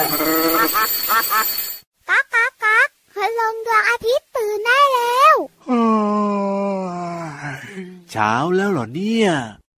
ก๊ากก๊ากก๊ากพลังดวงอาทิตย์ตื่นได้แล้วเช้าแล้วเหรอเนี่ย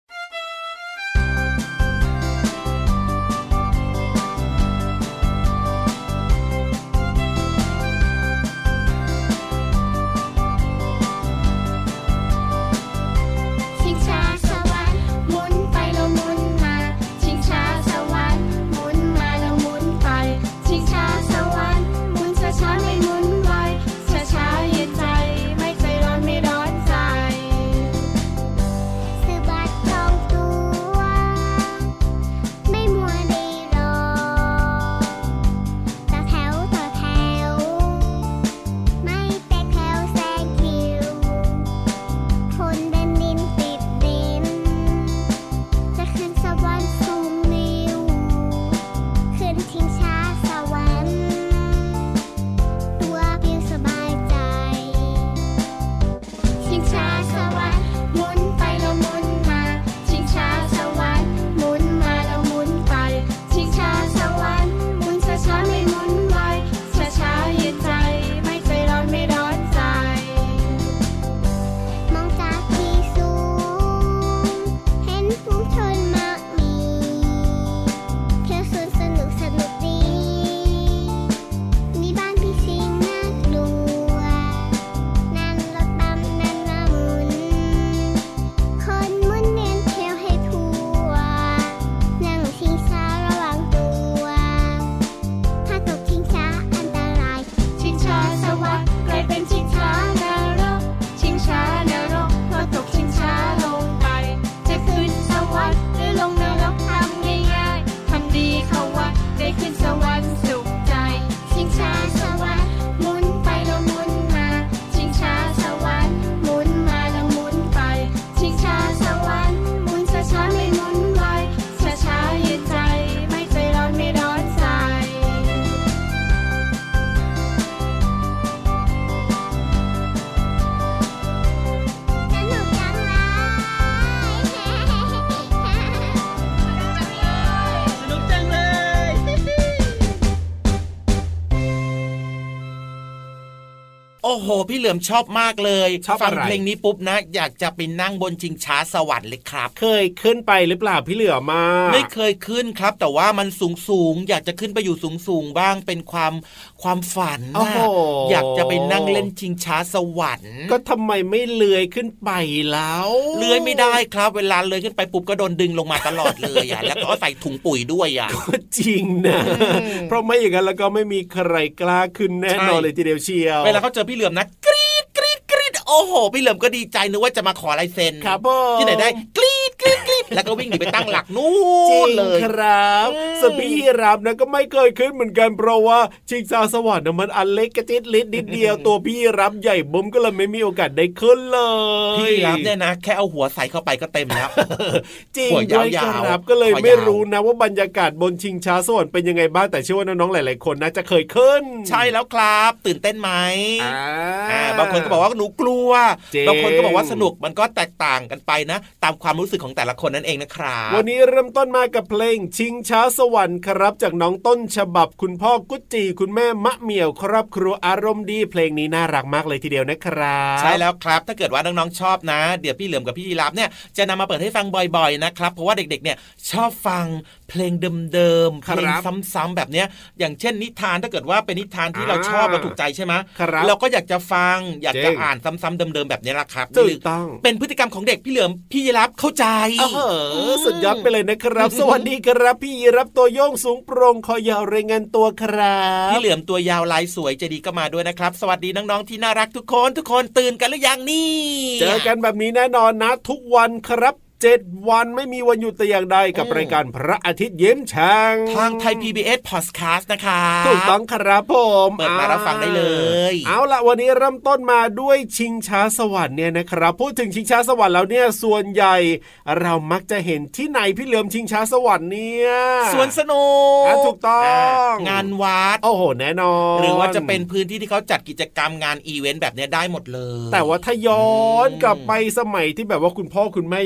โอ้โหพี่เหลือมชอบมากเลยฟังเพลงนี้ปุ๊บนะอยากจะไปนั่งบนชิงช้าสวรรค์เลยครับเคยขึ้นไปหรือเปล่าพี่เหลือมมาไม่เคยขึ้นครับแต่ว่ามันสูงอยากจะขึ้นไปอยู่สูงบ้างเป็นความฝันนะอยากจะไปนั่งเล่นชิงช้าสวรรค์ก็ทำไมไม่เลื้อยขึ้นไปแล้วเลื้อยไม่ได้ครับเวลาเลื้อยขึ้นไปปุ๊บก็โดนดึงลงมาตลอดเลยอ่ะแล้วก็ใส่ถุงปุ๋ยด้วยอ่ะก็จริงนะเพราะไม่อย่างนั้นแล้วก็ไม่มีใครกล้าขึ้นแน่นอนเลยทีเดียวเชียวเวลาเขาเจอพี่เหลือมนะกรี๊ดกรี๊ดกรี๊ดโอ้โหพี่เหลือมก็ดีใจนึกว่าจะมาขอลายเซ็นครับที่ไหนได้กรี๊ดกรี๊ดกรี๊ดแล้วก็วิ่งหนีไปตั้งหลักนู่นเลยครับส่วนพี่รับนะก็ไม่เคยขึ้นเหมือนกันเพราะว่าชิงช้าสวรรค์มันอันเล็กกระจิตลิดนิดเดียวตัวพี่รับใหญ่บุ้มก็เลยไม่มีโอกาสได้ขึ้นเลยพี่รับเนี่ยนะแค่เอาหัวใส่เข้าไปก็เต็มแล้วจริงด้วยครับก็เลยไม่รู้นะว่าบรรยากาศบนชิงช้าสวรรค์เป็นยังไงบ้างแต่เชื่อว่าน้องๆหลายๆคนนะจะเคยขึ้นใช่แล้วครับตื่นเต้นไหมบางคนก็บอกว่าหนูกลัวบางคนก็บอกว่าสนุกมันก็แตกต่างกันไปนะตามความรู้สึกของแต่ละคนนั่นเองนะครับวันนี้เริ่มต้นมากับเพลงชิงช้าสวรรค์ครับจากน้องต้นฉบับคุณพ่อกุ๊จีคุณแม่มะเหมี่ยวครอบครัวอารมณ์ดีเพลงนี้น่ารักมากเลยทีเดียวนะครับใช่แล้วครับถ้าเกิดว่าน้องๆชอบนะเดี๋ยวพี่เหลือมกับพี่ยีราฟเนี่ยจะนำมาเปิดให้ฟังบ่อยๆนะครับเพราะว่าเด็กๆเนี่ยชอบฟังเพลงเดิมๆเพลงซ้ำๆแบบเนี้ยอย่างเช่นนิทานถ้าเกิดว่าเป็นนิทานที่เราชอบเราถูกใจใช่ไหมเราก็อยากจะฟังอยากจะอ่านซ้ำๆเดิมๆแบบนี้แหละครับถูกต้องเป็นพฤติกรรมของเด็กพี่เหลือมพี่ยีราฟเข้าใจสุดยอดไปเลยนะครับสวัสดีครับพี่ยีราฟตัวโยงสูงโปร่งคอยาวรายงานตัวครับพี่เหลือมตัวยาวลายสวยใจดีก็มาด้วยนะครับสวัสดีน้องๆที่น่ารักทุกคนตื่นกันหรือยังนี่เจอกันแบบนี้แน่นอนนะทุกวันครับ7 วันไม่มีวันหยุดแต่อย่างใดกับรายการพระอาทิตย์ยิ้มแฉ่งทางไทย PBS Podcast นะครับถูกต้องครับผมเปิดมารับฟังได้เลยเอาล่ะวันนี้เริ่มต้นมาด้วยชิงช้าสวรรค์เนี่ยนะครับพูดถึงชิงช้าสวรรค์แล้วเนี่ยส่วนใหญ่เรามักจะเห็นที่ไหนพี่เหลือมชิงช้าสวรรค์เนี่ยสวนสนุกถูกต้องงานวัดโอ้โหแน่นอนหรือว่าจะเป็นพื้นที่ที่เขาจัดกิจกรรมงานอีเวนต์แบบนี้ได้หมดเลยแต่ว่าถ้าย้อนกลับไปสมัยที่แบบว่าคุณพ่อคุณแม่ยังเป็นเ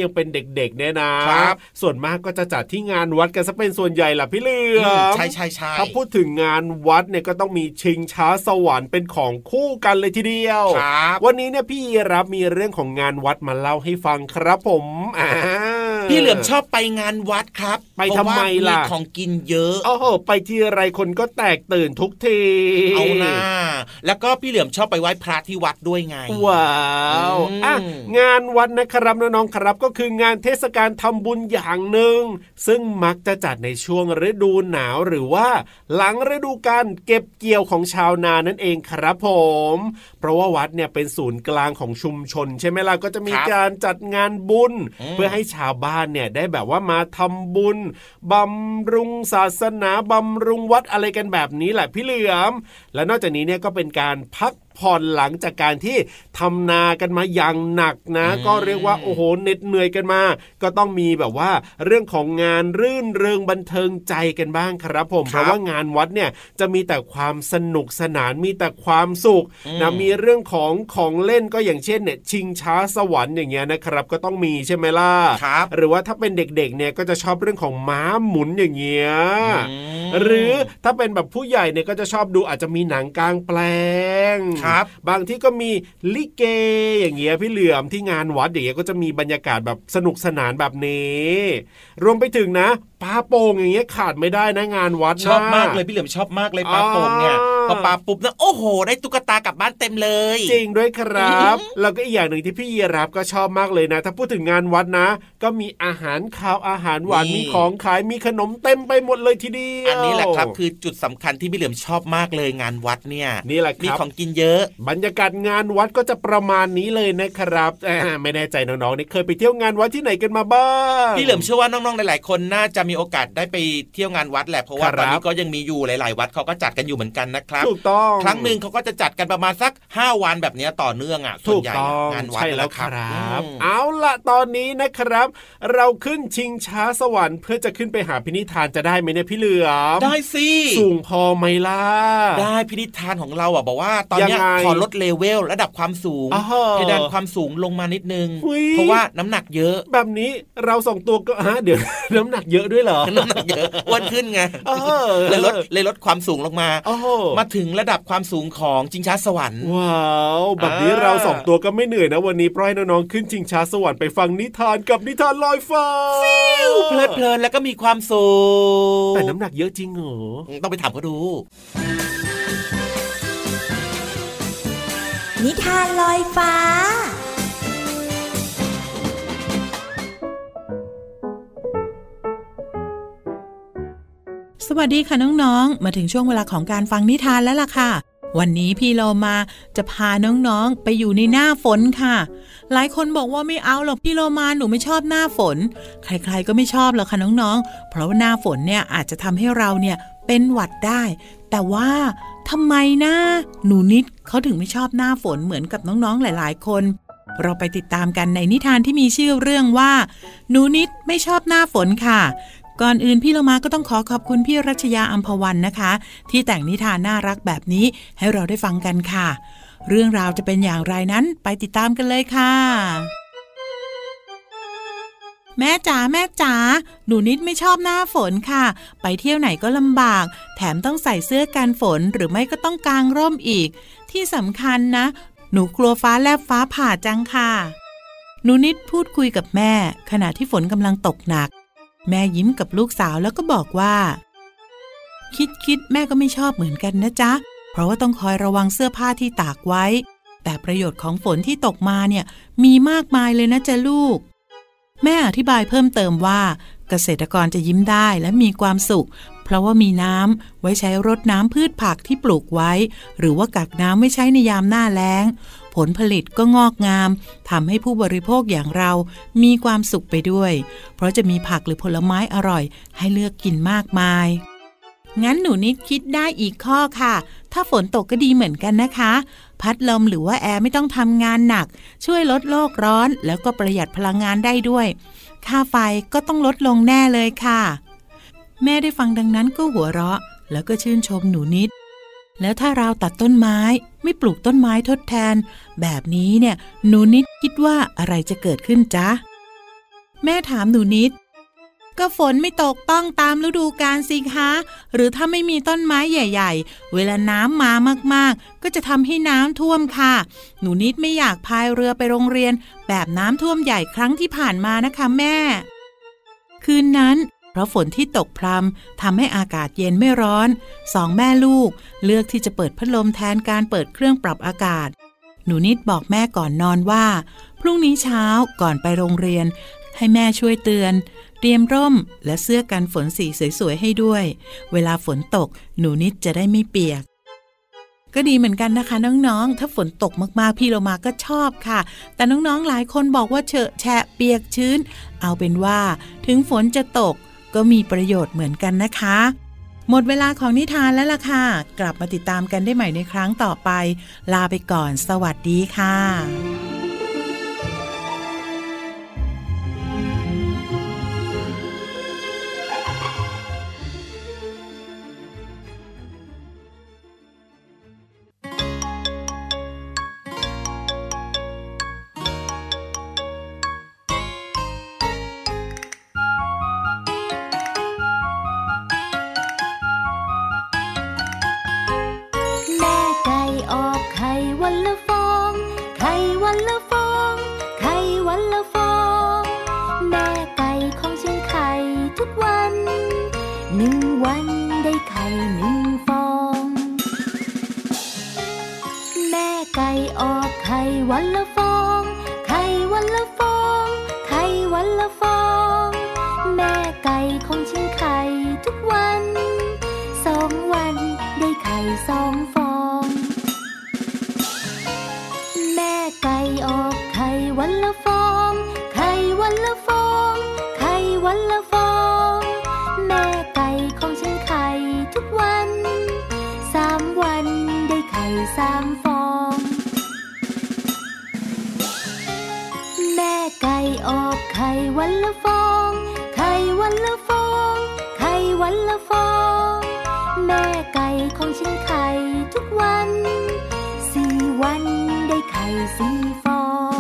เด็กๆเนี่ยนะส่วนมากก็จะจัดที่งานวัดกันซะเป็นส่วนใหญ่ล่ะพี่เหลือมใช่ใช่ใช่ถ้าพูดถึงงานวัดเนี่ยก็ต้องมีชิงช้าสวรรค์เป็นของคู่กันเลยทีเดียววันนี้เนี่ยพี่รับมีเรื่องของงานวัดมาเล่าให้ฟังครับผมพี่เหลือมชอบไปงานวัดครับไปทำไมล่ะของกินเยอะโอ้โหไปที่ไรคนก็แตกตื่นทุกทีเอานะแล้วก็พี่เหลือมชอบไปไหว้พระที่วัดด้วยไงว้าวงานวัดนะครับน้องๆครับก็คืองานเทศกาลทำบุญอย่างหนึ่งซึ่งมักจะจัดในช่วงฤดูหนาวหรือว่าหลังฤดูการเก็บเกี่ยวของชาวนานั่นเองครับผมเพราะว่าวัดเนี่ยเป็นศูนย์กลางของชุมชนใช่ไหมล่ะก็จะมีการจัดงานบุญเพื่อให้ชาวบ้านเนี่ยได้แบบว่ามาทำบุญบำรุงศาสนาบำรุงวัดอะไรกันแบบนี้แหละพี่เหลือมและนอกจากนี้เนี่ยก็เป็นการพักผ่อนหลังจากการที่ทำนากันมาอย่างหนักนะก็เรียกว่าโอ้โหเหน็ดเหนื่อยกันมาก็ต้องมีแบบว่าเรื่องของงานรื่นเริงบันเทิงใจกันบ้างครับผมเพราะว่างานวัดเนี่ยจะมีแต่ความสนุกสนานมีแต่ความสุขนะมีเรื่องของเล่นก็อย่างเช่นเนี่ยชิงช้าสวรรค์อย่างเงี้ยนะครับก็ต้องมีใช่ไหมล่ะหรือว่าถ้าเป็นเด็กๆเนี่ยก็จะชอบเรื่องของม้าหมุนอย่างเงี้ยหรือถ้าเป็นแบบผู้ใหญ่เนี่ยก็จะชอบดูอาจจะมีหนังกลางแปลงบางที่ก็มีลิเกอย่างเงี้ยพี่เหลือมที่งานวัดอย่างเงี้ยก็จะมีบรรยากาศแบบสนุกสนานแบบนี้รวมไปถึงนะปาโป่งอย่างเงี้ยขาดไม่ได้นะงานวัดชอบมากเลยพี่เหลือมชอบมากเลยปาโป่งเนี่ยพอปาปุ๊บนะโอ้โหได้ตุ๊กตากลับบ้านเต็มเลยจริงด้วยครับแล้วก็อีกอย่างหนึ่งที่พี่ยีรับก็ชอบมากเลยนะถ้าพูดถึงงานวัดนะก็มีอาหารคาวอาหารหวานมีของขายมีขนมเต็มไปหมดเลยทีเดียวอันนี้แหละครับคือจุดสำคัญที่พี่เหลือมชอบมากเลยงานวัดเนี่ยนี่แหละมีของกินเยอะบรรยากาศงานวัดก็จะประมาณนี้เลยนะครับไม่แน่ใจน้องๆนี่เคยไปเที่ยวงานวัดที่ไหนกันมาบ้างพี่เหลือมเชื่อว่าน้องๆหลายๆคนน่าจะมีโอกาสได้ไปเที่ยวงานวัดแหละเพราะว่าตอนนี้ก็ยังมีอยู่หลายๆวัดเขาก็จัดกันอยู่เหมือนกันนะครับถูกต้องครั้งนึงเขาก็จะจัดกันประมาณสัก5วันแบบนี้ต่อเนื่องส่วนใหญ่งานวัดแล้วครับเอาล่ะตอนนี้นะครับเราขึ้นชิงช้าสวรรค์เพื่อจะขึ้นไปหาพินิธานจะได้ไหมเนี่ยพี่เหลือมได้สิสูงพอไหมล่ะได้พินิธานของเราบอกว่าตอนนี้ขอลดเลเวลระดับความสูงเพดานความสูงลงมานิดนึงเพราะว่าน้ำหนักเยอะแบบนี้เราส่งตัวก็เดี๋ยวน้ำหนักเยอะด้วยเหรอน้ำหนักเยอะอ้วนขึ้นไงเลยลดความสูงลงมามาถึงระดับความสูงของชิงช้าสวรรค์ว้าวแบบนี้เราส่งตัวก็ไม่เหนื่อยนะวันนี้เพราะให้น้องๆขึ้นชิงช้าสวรรค์ไปฟังนิทานกับนิทานลอยฟ้าเพลินแล้วก็มีความสุขแต่น้ำหนักเยอะจริงเหรอต้องไปถามเขาดูนิทานลอยฟ้าสวัสดีค่ะน้องๆมาถึงช่วงเวลาของการฟังนิทานแล้วล่ะค่ะวันนี้พี่โลมาจะพาน้องๆไปอยู่ในหน้าฝนค่ะหลายคนบอกว่าไม่เอาหรอกพี่โลมาหนูไม่ชอบหน้าฝนใครๆก็ไม่ชอบหรอกค่ะน้องๆเพราะว่าหน้าฝนเนี่ยอาจจะทำให้เราเนี่ยเป็นหวัดได้แต่ว่าทำไมนะหนูนิดเขาถึงไม่ชอบหน้าฝนเหมือนกับน้องๆหลายๆคนเราไปติดตามกันในนิทานที่มีชื่อเรื่องว่าหนูนิดไม่ชอบหน้าฝนค่ะก่อนอื่นพี่โลมาก็ต้องขอบคุณพี่รัชยาอัมพวันนะคะที่แต่งนิทานน่ารักแบบนี้ให้เราได้ฟังกันค่ะเรื่องราวจะเป็นอย่างไรนั้นไปติดตามกันเลยค่ะแม่จ๋าหนูนิดไม่ชอบหน้าฝนค่ะไปเที่ยวไหนก็ลำบากแถมต้องใส่เสื้อกันฝนหรือไม่ก็ต้องกางร่มอีกที่สำคัญนะหนูกลัวฟ้าแลบฟ้าผ่าจังค่ะหนูนิดพูดคุยกับแม่ขณะที่ฝนกำลังตกหนักแม่ยิ้มกับลูกสาวแล้วก็บอกว่าคิดแม่ก็ไม่ชอบเหมือนกันนะจ๊ะเพราะว่าต้องคอยระวังเสื้อผ้าที่ตากไว้แต่ประโยชน์ของฝนที่ตกมาเนี่ยมีมากมายเลยนะจ๊ะลูกแม่อธิบายเพิ่มเติมว่าเกษตรกรจะยิ้มได้และมีความสุขเพราะว่ามีน้ำไว้ใช้รดน้ำพืชผักที่ปลูกไว้หรือว่ากักน้ำไว้ใช้ในยามหน้าแล้งผลผลิตก็งอกงามทำให้ผู้บริโภคอย่างเรามีความสุขไปด้วยเพราะจะมีผักหรือผลไม้อร่อยให้เลือกกินมากมายงั้นหนูนิดคิดได้อีกข้อค่ะถ้าฝนตกก็ดีเหมือนกันนะคะพัดลมหรือว่าแอร์ไม่ต้องทำงานหนักช่วยลดโลกร้อนแล้วก็ประหยัดพลังงานได้ด้วยค่าไฟก็ต้องลดลงแน่เลยค่ะแม่ได้ฟังดังนั้นก็หัวเราะแล้วก็ชื่นชมหนูนิดแล้วถ้าเราตัดต้นไม้ไม่ปลูกต้นไม้ทดแทนแบบนี้เนี่ยหนูนิดคิดว่าอะไรจะเกิดขึ้นจ๊ะแม่ถามหนูนิดก็ฝนไม่ตกต้องตามฤดูกาลสิคะหรือถ้าไม่มีต้นไม้ใหญ่ๆเวลาน้ำมามากๆก็จะทำให้น้ำท่วมค่ะหนูนิดไม่อยากพายเรือไปโรงเรียนแบบน้ำท่วมใหญ่ครั้งที่ผ่านมานะคะแม่คืนนั้นเพราะฝนที่ตกพรำทำให้อากาศเย็นไม่ร้อนสองแม่ลูกเลือกที่จะเปิดพัดลมแทนการเปิดเครื่องปรับอากาศหนูนิดบอกแม่ก่อนนอนว่าพรุ่งนี้เช้าก่อนไปโรงเรียนให้แม่ช่วยเตือนเตรียมร่มและเสื้อกันฝนสีสวยๆให้ด้วยเวลาฝนตกหนูนิดจะได้ไม่เปียกก็ดีเหมือนกันนะคะน้องๆถ้าฝนตกมากๆพี่โลมาก็ชอบค่ะแต่น้องๆหลายคนบอกว่าเฉอะแฉะเปียกชื้นเอาเป็นว่าถึงฝนจะตกก็มีประโยชน์เหมือนกันนะคะหมดเวลาของนิทานแล้วล่ะค่ะกลับมาติดตามกันได้ใหม่ในครั้งต่อไปลาไปก่อนสวัสดีค่ะวันละฟองไข่วันละฟองไข่วันละฟองแม่ไก่ของฉันไข่ทุกวัน2 วันได้ไข่2 ฟองแม่ไก่ออกไข่วันละฟองไข่วันละฟองไข่วันละฟองแม่ไก่ของฉันไข่ทุกวัน3 วันได้ไข่3 ฟองแม่ไก่ออกไข่วันละฟองไข่วันละฟองไข่วันละฟองแม่ไก่ของฉันไข่ทุกวัน4 วันได้ไข่4 ฟอง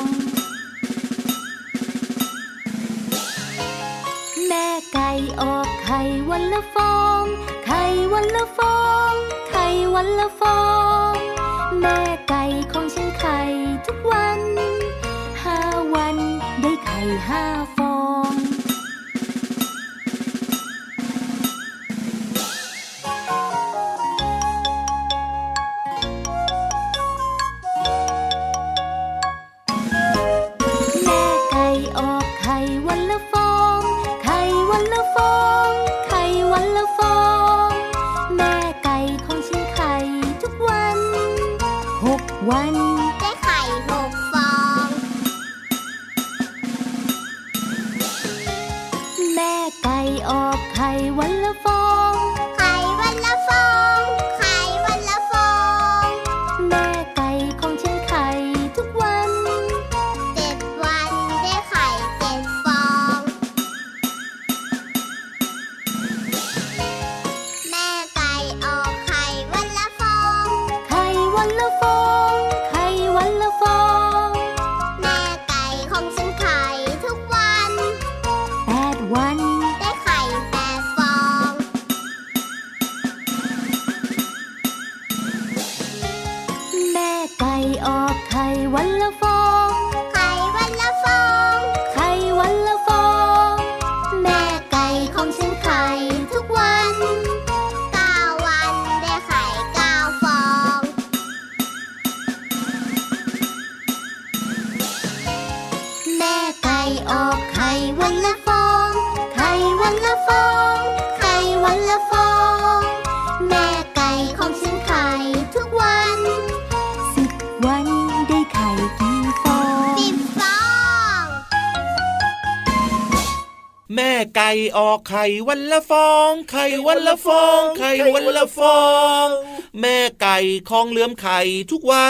แม่ไก่ออกไข่วันละฟองไข่วันละฟองไข่วันละฟองแม่ไก่ของฉันไข่ทุกวัน5 วันได้ไข่5 ฟองแม่ไก่ออกไข่วันละฟองไข่วันละฟองไข่วันละฟองแม่ไก่ของฉันไข่ทุกวัน6 วันได้ไข่6 ฟองแม่ไก่ออกไข่วันละฟองไข่วันละฟองไข่วันละฟองแม่ไก่ของฉันไข่ทุกวัน 7 วันได้ไข่7 ฟองแม่ไก่ออกไข่วันละฟองไข่วันละฟองไข่วันละฟองแม่ไก่ของฉันไข่ทุกวัน 8 วันได้ไข่8 ฟองแม่ไก่ออกไข่วันละฟองไข่วันละฟองไข่วันละฟองแม่ไก่ของฉันไข่ทุกวัน9 วันได้ไข่9 ฟองแม่ไก่ออกไข่วันละฟองไข่วันละฟองไข่วันละฟองแม่ไก่ของฉันไข่ทุกวัน 10 วันได้ไข่กี่ฟอง 10 ฟองแม่ไก่ออกไข่วันละฟองไข่วันละฟองไข่วันละฟองแม่ไก่คลองเลื้อมไข่ทุกวัน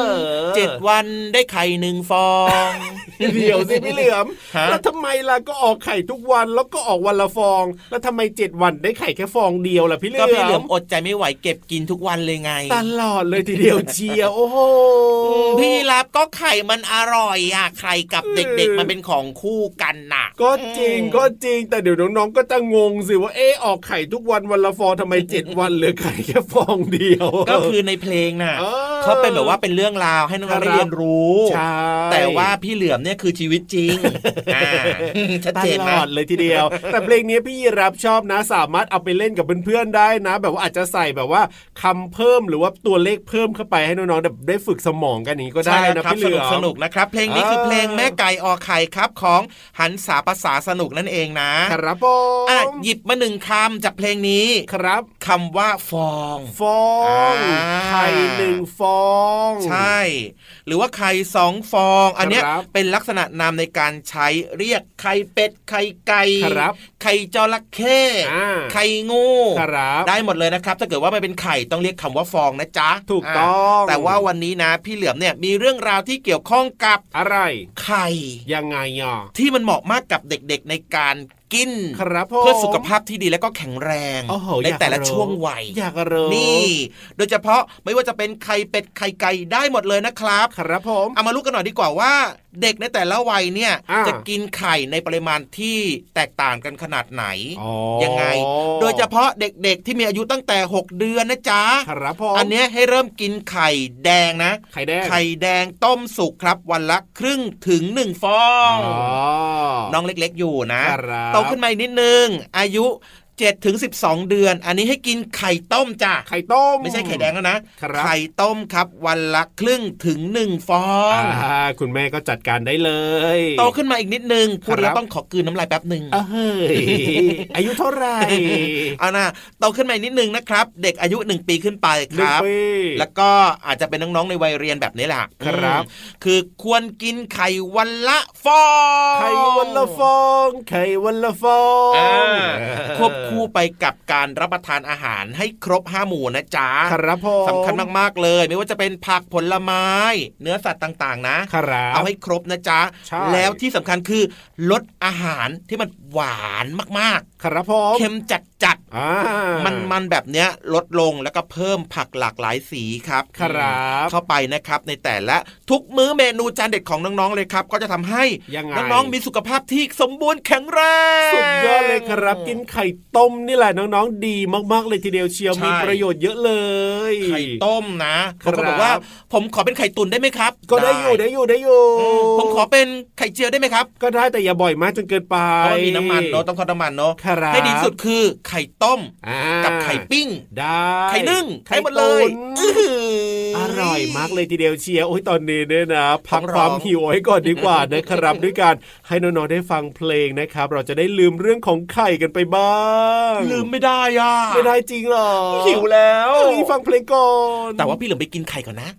7 วันได้ไข่1 ฟองเดี๋ยวสิพี่เหลือมแล้วทำไมล่ะก็ออกไข่ทุกวันแล้วก็ออกวันละฟองแล้วทำไม7 วันได้ไข่แค่ฟองเดียวล่ะพี่เหลือมก็พี่เหลือมอดใจไม่ไหวเก็บกินทุกวันเลยไงตลอดเลยทีเดียวเชียร์โอ้โหพี่รับก็ไข่มันอร่อยอ่ะไข่กับเด็กๆมันเป็นของคู่กันน่ะก็จริงแต่เดี๋ยวน้องๆก็จะงงสิว่าออกไข่ทุกวันวันละฟองทำไม7 วันเหลือไข่แค่ฟองเดียวก็คือในเพลงน่ะเขาเป็นแบบว่าเป็นเรื่องราวให้น้องๆได้เรียนรู้แต่ว่าพี่เหลือมเนี่ยคือชีวิตจริงชัดเจนตลอดเลยทีเดียวแต่เพลงนี้พี่รับชอบนะสามารถเอาไปเล่นกับเพื่อนๆได้นะแบบว่าอาจจะใส่แบบว่าคำเพิ่มหรือว่าตัวเลขเพิ่มเข้าไปให้น้องๆได้ฝึกสมองกันนี้ก็ได้นะพี่เหลือมสนุกนะครับเพลงนี้คือเพลงแม่ไก่ออกไข่ครับของหันษาภาษาสนุกนั่นเองนะครับผมหยิบมา1 คำจากเพลงนี้ครับคำว่าฟองไข่1 ฟองใช่หรือว่าไข่2 ฟองอันนี้เป็นลักษณะนามในการใช้เรียกไข่เป็ดไข่ไก่ไข่จระเข้ไข่งูได้หมดเลยนะครับถ้าเกิดว่ามันเป็นไข่ต้องเรียกคำว่าฟองนะจ๊ะถูกต้องแต่ว่าวันนี้นะพี่เหลือมเนี่ยมีเรื่องราวที่เกี่ยวข้องกับอะไรไข่ยังไงอ่ะที่มันเหมาะมากกับเด็กๆในการกินเพื่อสุขภาพที่ดีและก็แข็งแรงในแต่ละช่วงวัยอยากรู้นี่โดยเฉพาะไม่ว่าจะเป็นไข่เป็ดไข่ไก่ได้หมดเลยนะครับครับผมเอามารู้กันหน่อยดีกว่าว่าเด็กในแต่ละวัยเนี่ยจะกินไข่ในปริมาณที่แตกต่างกันขนาดไหนยังไงโดยเฉพาะเด็กๆที่มีอายุตั้งแต่6 เดือนนะจ๊ะครับผมอันนี้ให้เริ่มกินไข่แดงนะไข่แดงต้มสุกครับวันละครึ่งถึง1 ฟองน้องเล็กๆอยู่นะโตขึ้นมานิดนึงอายุ7 ถึง 12 เดือนอันนี้ให้กินไข่ต้มจ้ะไข่ต้มไม่ใช่ไข่แดงแล้วนะไข่ต้มครับวันละครึ่งถึง1 ฟองคุณแม่ก็จัดการได้เลยโตขึ้นมาอีกนิดนึงพูดแล้วต้องขอกลืนน้ำลายแป๊บนึงอายุเท่าไหร่เอานะโตขึ้นมาอีกนิดนึงนะครับเด็กอายุ1 ปีขึ้นไปครับแล้วก็อาจจะเป็นน้องๆในวัยเรียนแบบนี้แหละครับคือควรกินไข่วันละฟองไข่วันละฟองไข่วันละฟองควบคู่ไปกับการรับประทานอาหารให้ครบ5 หมู่นะจ๊ะครับผมสำคัญมากๆเลยไม่ว่าจะเป็นผักผลไม้เนื้อสัตว์ต่างๆนะเอาให้ครบนะจ๊ะแล้วที่สำคัญคือลดอาหารที่มันหวานมากๆครับผมเค็มจัดมันแบบเนี้ยลดลงแล้วก็เพิ่มผักหลากหลายสีครับเข้าไปนะครับในแต่ละทุกมื้อเมนูจานเด็ดของน้องๆเลยครับก็จะทำให้น้องๆมีสุขภาพที่สมบูรณ์แข็งแรงสุดยอดเลยครับกินไข่ต้มนี่แหละน้องๆดีมากๆเลยทีเดียวเชียวมีประโยชน์เยอะเลยไข่ต้มนะเขาบอกว่าผมขอเป็นไข่ตุ๋นได้ไหมครับก็ได้อยู่ผมขอเป็นไข่เจียวได้ไหมครับก็ได้แต่อย่าบ่อยมากจนเกินไปเพราะมีน้ำมันเนาะต้องขอน้ำมันเนาะให้ดีสุดคือไข่ต้มกับไข่ปิ้งได้ไข่นึ่งให้หมดเลยอร่อยมากเลยทีเดียวเชียวโอ้ยตอนนี้เนี่ยนะพักความหิวไว้ก่อนดีกว่านะครับด้วยการให้น้องๆได้ฟังเพลงนะครับเราจะได้ลืมเรื่องของไข่กันไปบ้างลืมไม่ได้อ่ะไม่ได้จริงหรอหิวแล้วฟังเพลงก่อนแต่ว่าพี่เหลือไปกินไข่ก่อนนะ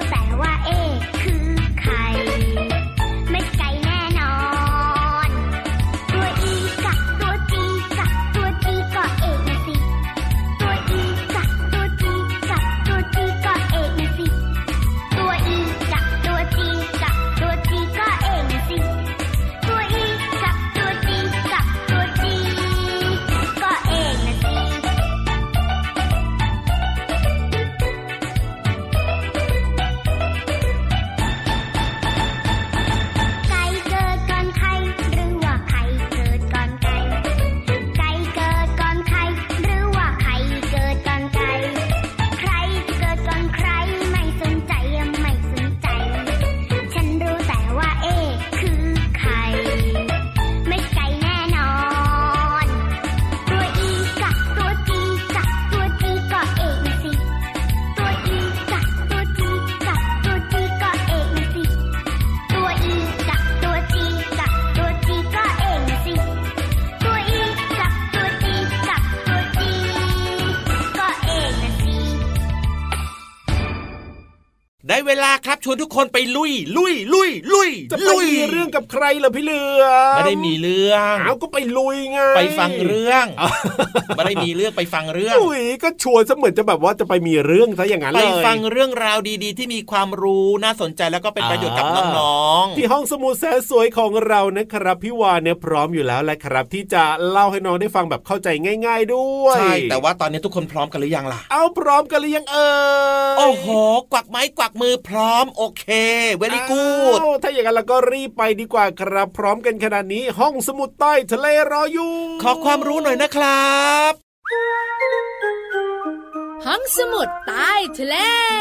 ไเวลาครับชวนทุกคนไปลุยจะไปมีเรื่องกับใครเหรอพี่เหลือมไม่ได้มีเรื่องก็ไปลุยไงไปฟังเรื่องไม่ได้มีเรื่องไปฟังเรื่องก็ชวนซะเหมือนจะแบบว่าจะไปมีเรื่องซะอย่างนั้นเลยไปฟังเรื่องราวดีๆที่มีความรู้น่าสนใจแล้วก็เป็นประโยชน์กับน้องๆที่ห้องสมุดแสนสวยของเรานะครับพี่วานเนี่ยพร้อมอยู่แล้วแหละครับที่จะเล่าให้น้องได้ฟังแบบเข้าใจง่ายๆด้วยใช่แต่ว่าตอนนี้ทุกคนพร้อมกันหรือยังล่ะเอาพร้อมกันหรือยังโอ้โหกวักไม้กวักมือพร้อมโอเคเวลี่กู๊ดถ้าอย่างนั้นเราก็รีบไปดีกว่าครับพร้อมกันขนาดนี้ห้องสมุดใต้ทะเลรออยู่ขอความรู้หน่อยนะครับห้องสมุดใต้ทะเล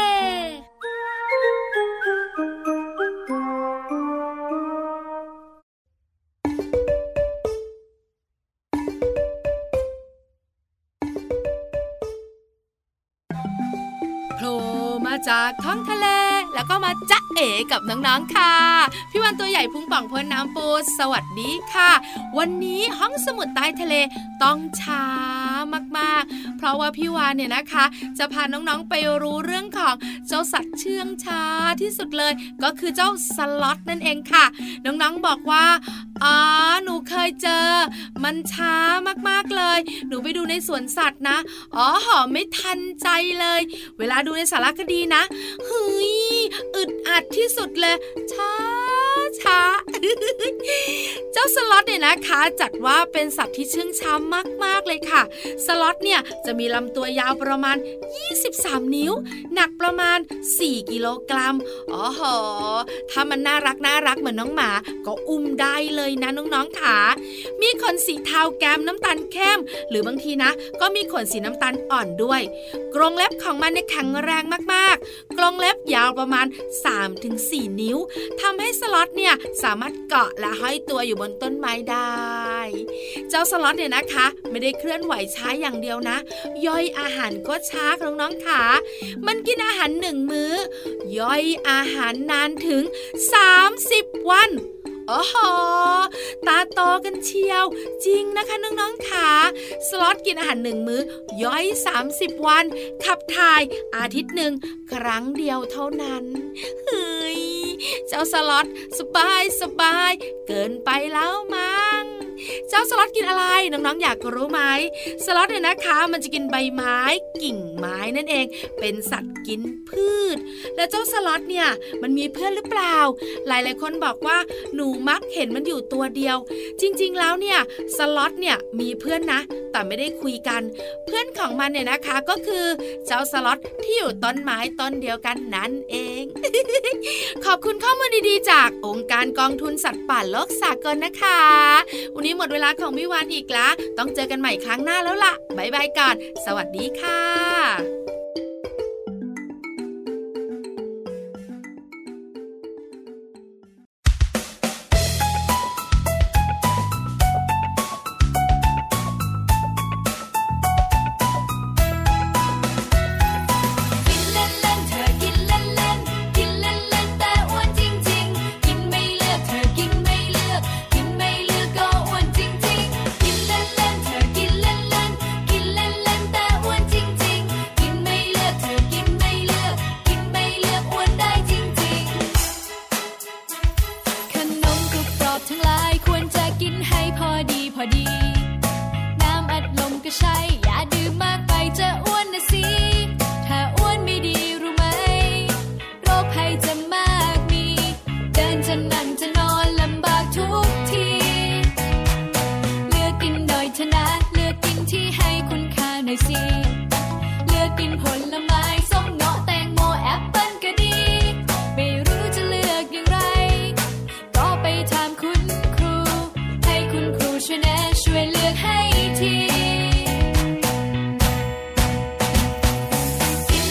จากท้องทะเลแล้วก็มาจ๊ะเอ๋กับน้องๆค่ะพี่วันตัวใหญ่พุงป่องพ้นน้ำปูสวัสดีค่ะวันนี้ห้องสมุดใต้ทะเลต้องช้ามากๆเพราะว่าพี่วานเนี่ยนะคะจะพาน้องๆไปรู้เรื่องของเจ้าสัตว์เชื่องช้าที่สุดเลยก็คือเจ้าสล็อธนั่นเองค่ะน้องๆบอกว่าหนูเคยเจอมันช้ามากๆเลยหนูไปดูในสวนสัตว์นะไม่ทันใจเลยเวลาดูในสารคดีนะเฮ้ยอึดอัดที่สุดเลยช้า เจ้าสล็อธเนี่ยนะคะจัดว่าเป็นสัตว์ที่เชื่องช้ามากๆเลยค่ะสล็อธเนี่ยจะมีลำตัวยาวประมาณ23นิ้วหนักประมาณ4กิโลกรัมถ้ามันน่ารักเหมือนน้องหมาก็อุ้มได้เลยนะน้องๆค่ะมีขนสีเทาแก้มน้ำตาลเข้มหรือบางทีนะก็มีขนสีน้ำตาลอ่อนด้วยกรงเล็บของมันเนี่ยแข็งแรงมากๆกรงเล็บยาวประมาณ 3-4 นิ้วทำให้สล็อธเนี่ยสามารถเกาะและห้อยตัวอยู่บนต้นไม้ได้เจ้าสล็อธเนี่ยนะคะไม่ได้เคลื่อนไหวช้าอย่างเดียวนะย่อยอาหารก็ช้าน้องๆค่ะมันกินอาหาร1 มื้อย่อยอาหารนานถึง30 วันตาโตกันเชียวจริงนะคะน้องๆค่ะสล็อธกินอาหาร1 มื้อย่อย30 วันขับถ่ายอาทิตย์1 ครั้งเดียวเท่านั้นเฮ้ยเจ้าสล็อธสบายเกินไปแล้วมั้งเจ้าสล็อธกินอะไรน้องๆอยากรู้ไหมสล็อธเนี่ยนะคะมันจะกินใบไม้กิ่งไม้นั่นเองเป็นสัตว์กินพืชแล้วเจ้าสล็อธเนี่ยมันมีเพื่อนหรือเปล่าหลายๆคนบอกว่าหนูมักเห็นมันอยู่ตัวเดียวจริงๆแล้วเนี่ยสล็อธเนี่ยมีเพื่อนนะแต่ไม่ได้คุยกันเพื่อนของมันเนี่ยนะคะก็คือเจ้าสล็อธที่อยู่ต้นไม้ต้นเดียวกันนั่นเอง ขอบคุณข้อมูลดีๆจากองค์การกองทุนสัตว์ป่าโลกสากลนะคะวันนี้หมดเวลาของพี่วานอีกแล้วต้องเจอกันใหม่ครั้งหน้าแล้วล่ะบ๊ายบายก่อนสวัสดีค่ะ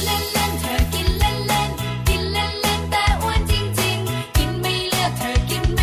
กินไม่เลือกเธอกิน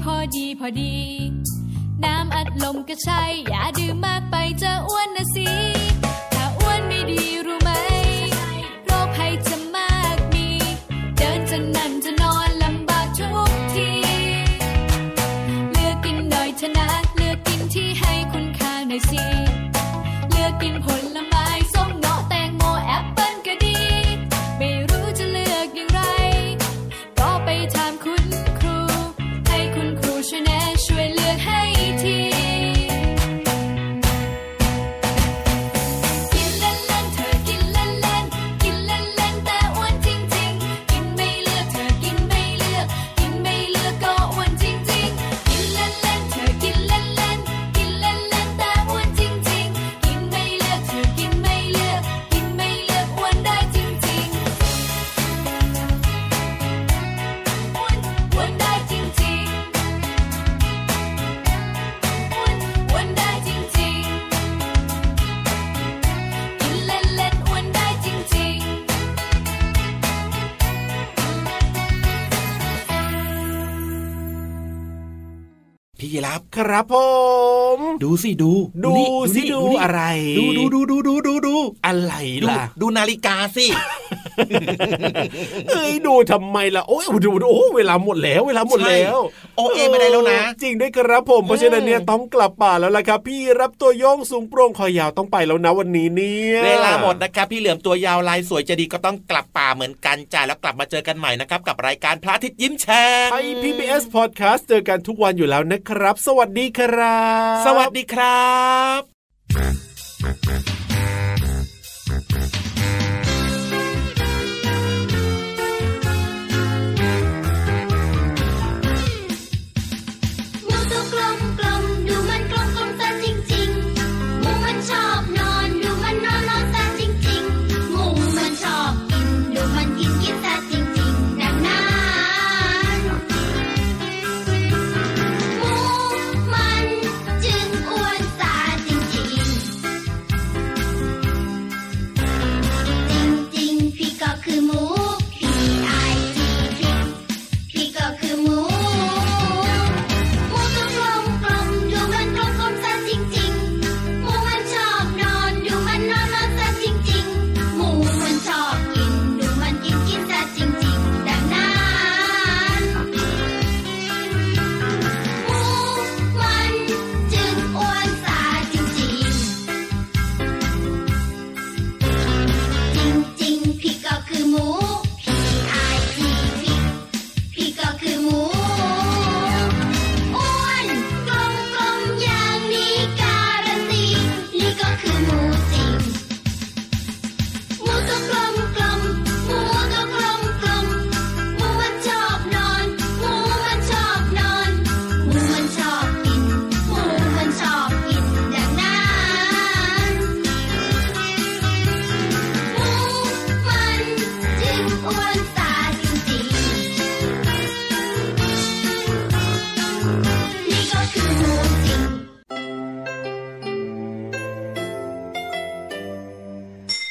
พอดีพอดีน้ำอัดลมก็ใช่อย่าดื่มมากไปจะอ้วนนะสิถ้าอ้วนไม่ดีรู้ไหมโรคภัยจะมากมีเดินจะนั่งจะนอนลำบากทุกทีเลือกกินหน่อยเถอะนะเลือกกินที่ให้คุณค่าหน่อยสิเลือกกินผลไม้ส้มเงาะแตงโมแอปเปิ้ลก็ดีไม่รู้จะเลือกอย่างไรก็ไปถามคุณครูให้คุณครูช่วยแนะช่วยเลือกให้ทีกินเล่นๆเธอกินเล่นๆกินเล่นๆแต่อ้วนจริงๆกินไม่เลือกเธอกินไม่เลือกกินไม่เลือกก็อ้วนจริงๆกินเล่นๆเธอกินเล่นๆกินเล่นๆแต่อ้วนจริงๆกินไม่เลือกเธอกินไม่เลือกกินไม่เลือกอ้วนได้จริงๆอ้วนได้จริงๆอ้วนได้จริงๆกินเล่นๆอ้วนได้จริงๆพี่ยีรับครับผมดูสิดูสิดูอะไรดูอะไรล่ะดูนาฬิกาสิเอ้ยดูทำไมล่ะโอ้ยดูโอ้เวลาหมดแล้วโอเอไม่ได้แล้วนะจริงด้วยครับผมเพราะฉะนั้นเนี่ยต้องกลับป่าแล้วล่ะครับพี่รับตัวโยงสูงโปร่งคอยาวต้องไปแล้วนะวันนี้เนี่ยเวลาหมดนะครับพี่เหลือมตัวยาวลายสวยจะดีก็ต้องกลับป่าเหมือนกันจ้าแล้วกลับมาเจอกันใหม่นะครับกับรายการพระอาทิตย์ยิ้มแฉ่งไทย PBS Podcast เจอกันทุกวันอยู่แล้วนะครับสวัสดีครับสวัสดีครับ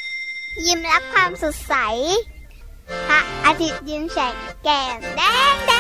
ยิ้มรับความสดใสพระอาทิตย์ยิ้มแฉกแก้มแดง